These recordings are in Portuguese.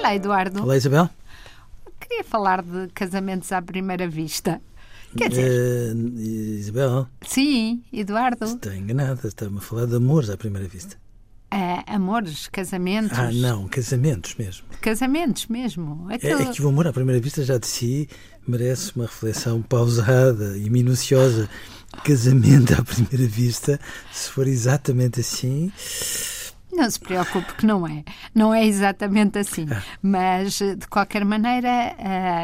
Olá, Eduardo. Olá, Isabel. Queria falar de casamentos à primeira vista. Quer dizer... Isabel. Sim, Eduardo. Está enganada, está-me a falar de amores à primeira vista. Amores, casamentos. Não, casamentos mesmo. Casamentos mesmo. É que o amor à primeira vista já de si merece uma reflexão pausada e minuciosa. Casamento à primeira vista, se for exatamente assim... Não se preocupe que não é. Não é exatamente assim. Mas, de qualquer maneira,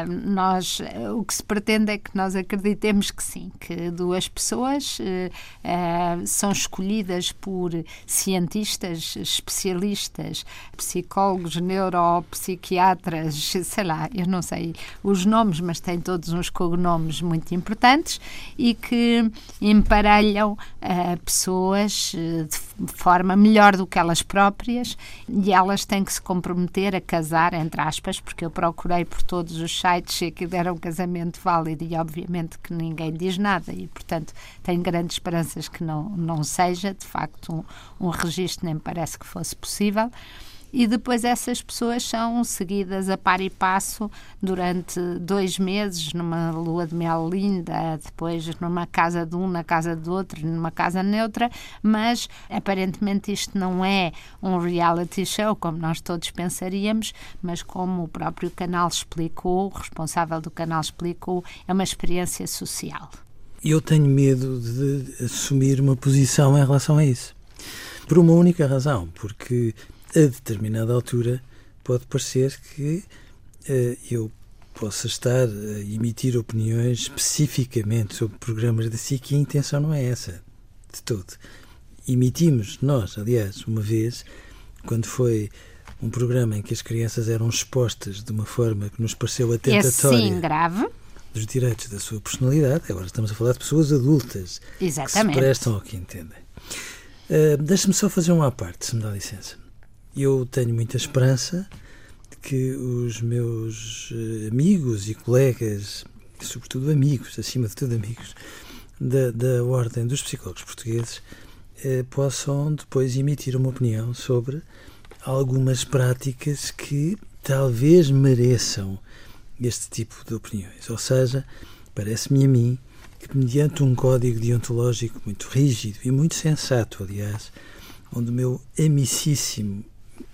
o que se pretende é que nós acreditemos que sim, que duas pessoas são escolhidas por cientistas, especialistas, psicólogos, neuropsiquiatras, sei lá, eu não sei os nomes, mas têm todos uns cognomes muito importantes e que emparelham pessoas de forma melhor do que elas próprias, e elas têm que se comprometer a casar, entre aspas, porque eu procurei por todos os sites e aquilo era um casamento válido e obviamente que ninguém diz nada e, portanto, tenho grandes esperanças que não seja, de facto, um registro nem me parece que fosse possível. E depois essas pessoas são seguidas a par e passo durante 2 meses, numa lua de mel linda, depois numa casa de um, na casa do outro, numa casa neutra, mas aparentemente isto não é um reality show, como nós todos pensaríamos, mas como o próprio canal explicou, o responsável do canal explicou, é uma experiência social. Eu tenho medo de assumir uma posição em relação a isso. Por uma única razão, porque... a determinada altura pode parecer que eu possa estar a emitir opiniões especificamente sobre programas da SIC e a intenção não é essa, de todo. Emitimos, nós, aliás, uma vez, quando foi um programa em que as crianças eram expostas de uma forma que nos pareceu atentatória sim, grave. Dos direitos da sua personalidade, agora estamos a falar de pessoas adultas. Exatamente. Que se prestam ao que entendem. Deixe-me só fazer uma à parte, se me dá licença. Eu tenho muita esperança de que os meus amigos e colegas, sobretudo amigos, acima de tudo amigos, da ordem dos psicólogos portugueses, possam depois emitir uma opinião sobre algumas práticas que talvez mereçam este tipo de opiniões. Ou seja, parece-me a mim que, mediante um código deontológico muito rígido e muito sensato, aliás, onde o meu amicíssimo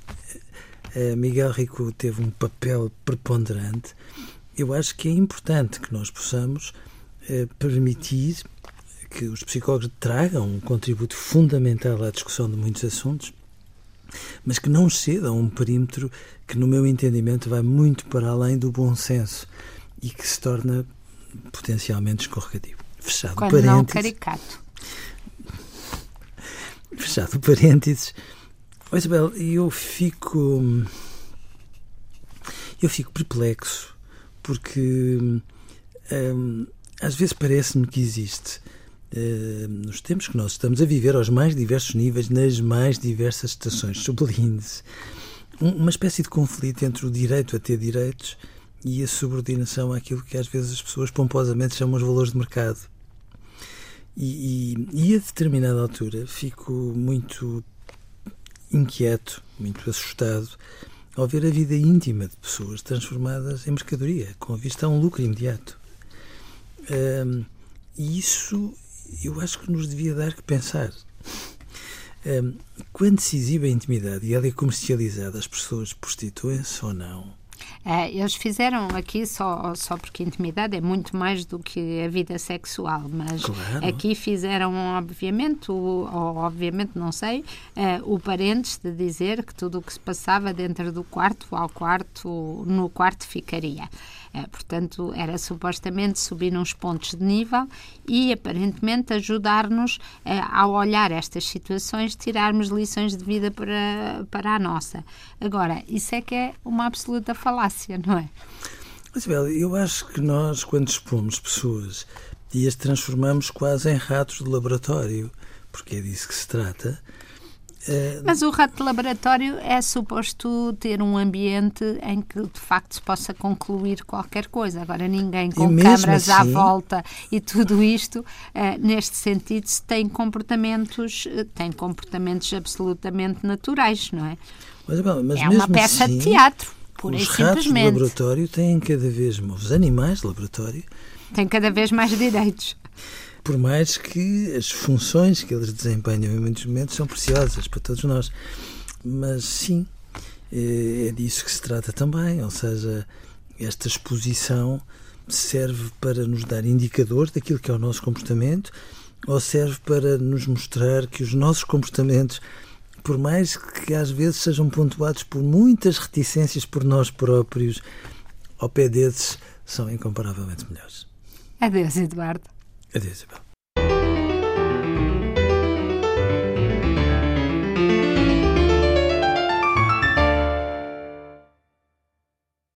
Miguel Rico teve um papel preponderante, eu acho que é importante que nós possamos permitir que os psicólogos tragam um contributo fundamental à discussão de muitos assuntos, mas que não cedam a um perímetro que, no meu entendimento, vai muito para além do bom senso e que se torna potencialmente escorregadivo. Fechado quando parênteses. Não caricato. Fechado parênteses. Isabel, eu fico perplexo porque às vezes parece-me que existe, nos tempos que nós estamos a viver, aos mais diversos níveis, nas mais diversas estações sublines, uma espécie de conflito entre o direito a ter direitos e a subordinação àquilo que às vezes as pessoas pomposamente chamam os valores de mercado. E a determinada altura fico muito inquieto, muito assustado ao ver a vida íntima de pessoas transformadas em mercadoria, com vista a um lucro imediato. E isso eu acho que nos devia dar que pensar. Quando se exibe a intimidade e ela é comercializada, as pessoas prostituem-se ou não? Eles fizeram aqui só porque a intimidade é muito mais do que a vida sexual, mas claro. Aqui fizeram obviamente, ou obviamente não sei, o parênteses de dizer que tudo o que se passava dentro do quarto, no quarto ficaria. Portanto, era supostamente subir uns pontos de nível e aparentemente ajudar-nos ao olhar estas situações, tirarmos lições de vida para a nossa. Agora, isso é que é uma absoluta falácia, não é? Isabel, eu acho que nós, quando expomos pessoas e as transformamos quase em ratos de laboratório, porque é disso que se trata... Mas o rato de laboratório é suposto ter um ambiente em que de facto se possa concluir qualquer coisa. Agora ninguém com câmaras à volta e tudo isto, neste sentido, tem comportamentos absolutamente naturais, não é? Mas é uma peça de teatro. Pura os e ratos de simplesmente. laboratório têm cada vez mais, os animais de laboratório, Tem cada vez mais direitos. por mais que as funções que eles desempenham em muitos momentos são preciosas para todos nós. Mas sim, é disso que se trata também, ou seja, esta exposição serve para nos dar indicadores daquilo que é o nosso comportamento, ou serve para nos mostrar que os nossos comportamentos, por mais que às vezes sejam pontuados por muitas reticências por nós próprios, ao pé desses são incomparavelmente melhores. Adeus, Eduardo. Adeus, Isabel.